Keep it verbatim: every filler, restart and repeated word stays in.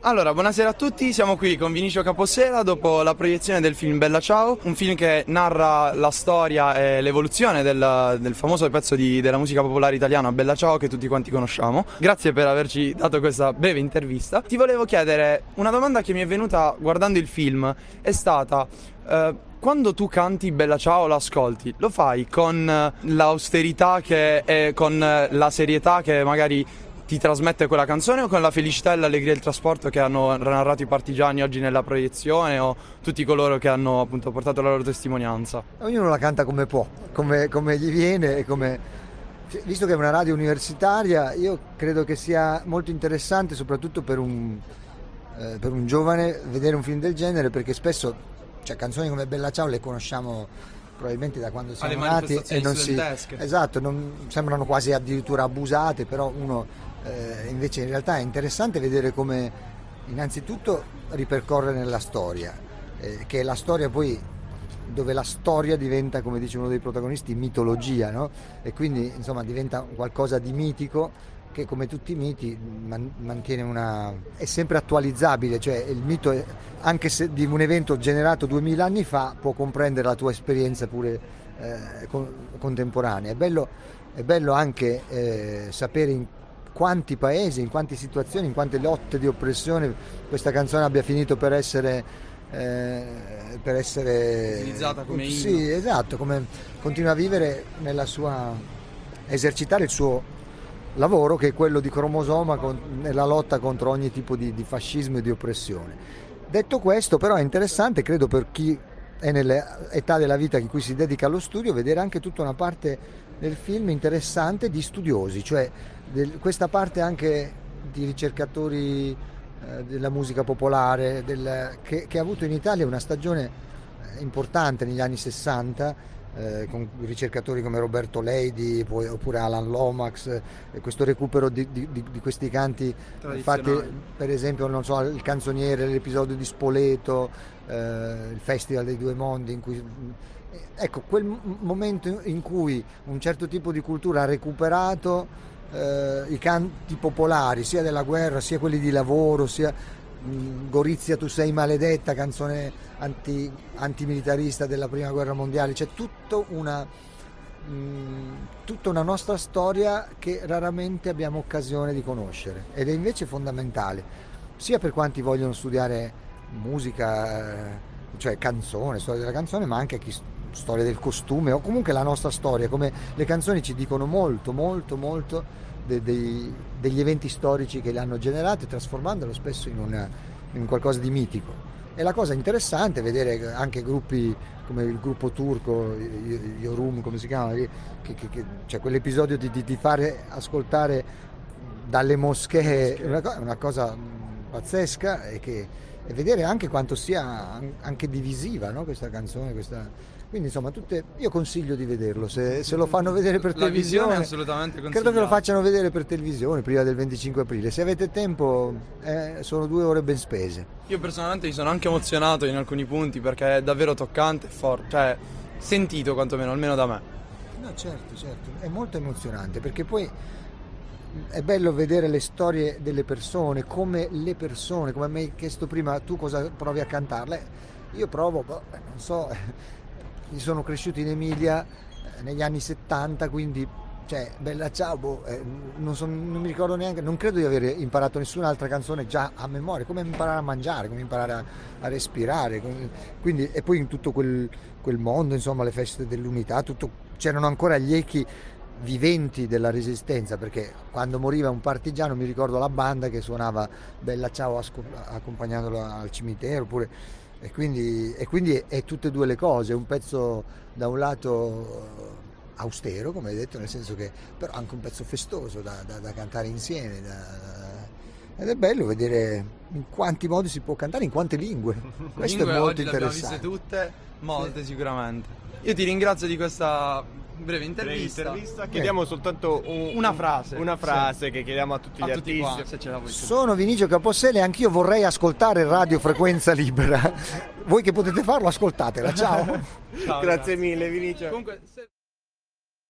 Allora, buonasera a tutti, siamo qui con Vinicio Capossela dopo la proiezione del film Bella Ciao, un film che narra la storia e l'evoluzione del, del famoso pezzo di, della musica popolare italiana Bella Ciao che tutti quanti conosciamo. Grazie per averci dato questa breve intervista. Ti volevo chiedere, una domanda che mi è venuta guardando il film è stata... Uh, quando tu canti Bella Ciao, l'ascolti, lo fai con l'austerità che è, con la serietà che magari ti trasmette quella canzone, o con la felicità e l'allegria del trasporto che hanno narrato i partigiani oggi nella proiezione, o tutti coloro che hanno appunto portato la loro testimonianza? Ognuno la canta come può, come, come gli viene e come... Visto che è una radio universitaria, io credo che sia molto interessante, soprattutto per un, eh, per un giovane, vedere un film del genere, perché spesso... Cioè, canzoni come Bella Ciao le conosciamo probabilmente da quando siamo nati e non si, esatto, non, sembrano quasi addirittura abusate, però uno eh, invece in realtà è interessante vedere come innanzitutto ripercorre nella storia, eh, che è la storia poi dove la storia diventa, come dice uno dei protagonisti, mitologia, no? E quindi insomma diventa qualcosa di mitico che, come tutti i miti, man- mantiene una... è sempre attualizzabile, cioè il mito è, anche se di un evento generato duemila anni fa, può comprendere la tua esperienza pure eh, con- contemporanea. È bello, è bello anche eh, sapere in quanti paesi, in quante situazioni, in quante lotte di oppressione questa canzone abbia finito per essere eh, per essere utilizzata come inno. Sì, esatto, come continua a vivere nella sua... esercitare il suo lavoro, che è quello di cromosoma con, nella lotta contro ogni tipo di, di fascismo e di oppressione. Detto questo, però, è interessante, credo, per chi è nell'età della vita in cui si dedica allo studio, vedere anche tutta una parte del film interessante di studiosi, cioè del, questa parte anche di ricercatori eh, della musica popolare, del, che, che ha avuto in Italia una stagione importante negli anni sessanta, Eh, con ricercatori come Roberto Leidi, poi, oppure Alan Lomax, eh, questo recupero di, di, di questi canti fatti, per esempio, non so, il Canzoniere, l'episodio di Spoleto, eh, il Festival dei Due Mondi, in cui, ecco, quel momento in cui un certo tipo di cultura ha recuperato eh, i canti popolari, sia della guerra, sia quelli di lavoro, sia Gorizia tu sei maledetta, canzone anti, antimilitarista della prima guerra mondiale. C'è tutto una, mh, tutta una nostra storia che raramente abbiamo occasione di conoscere, ed è invece fondamentale sia per quanti vogliono studiare musica, cioè canzone, storia della canzone, ma anche chi storia del costume, o comunque la nostra storia. Come le canzoni ci dicono molto molto molto De, dei, degli eventi storici che li hanno generati, trasformandolo spesso in, una, in qualcosa di mitico. E la cosa interessante è vedere anche gruppi come il gruppo turco Yorum, come si chiama, che, che, che, cioè quell'episodio di, di, di fare ascoltare dalle moschee, è una, una cosa pazzesca, e, che, e vedere anche quanto sia anche divisiva, no? Questa canzone, questa... Quindi insomma, tutte, io consiglio di vederlo, se, se lo fanno vedere per la televisione, visione è assolutamente consigliata. Credo che lo facciano vedere per televisione prima del venticinque aprile, se avete tempo eh, sono due ore ben spese. Io personalmente mi sono anche emozionato in alcuni punti, perché è davvero toccante, forte, cioè sentito quantomeno, almeno da me. No, certo, certo, è molto emozionante, perché poi è bello vedere le storie delle persone, come le persone, come mi hai chiesto prima, tu cosa provi a cantarle? Io provo, boh, non so... sono cresciuto in Emilia eh, negli anni settanta, quindi cioè Bella Ciao, boh, eh, non, so, non mi ricordo neanche, non credo di aver imparato nessun'altra canzone già a memoria, come imparare a mangiare, come imparare a, a respirare, come, quindi, e poi in tutto quel, quel mondo, insomma, le feste dell'unità, tutto, c'erano ancora gli echi viventi della resistenza, perché quando moriva un partigiano mi ricordo la banda che suonava Bella Ciao asco- accompagnandolo al cimitero, oppure... E quindi, e quindi è, è tutte e due le cose, un pezzo da un lato austero, come hai detto, nel senso che però anche un pezzo festoso da, da, da cantare insieme, da, ed è bello vedere in quanti modi si può cantare, in quante lingue. Questo lingue è molto oggi interessante. Le abbiamo viste tutte, molte sì. Sicuramente. Io ti ringrazio di questa breve intervista. Breve intervista. Chiediamo soltanto un, una frase. Una frase sì. che chiediamo a tutti a gli tutti artisti. Qua, se ce la vuoi. Sono Vinicio Capossela e anch'io vorrei ascoltare Radio Frequenza Libera. Voi che potete farlo, ascoltatela. Ciao. Ciao, grazie mille, Vinicio. Comunque, se...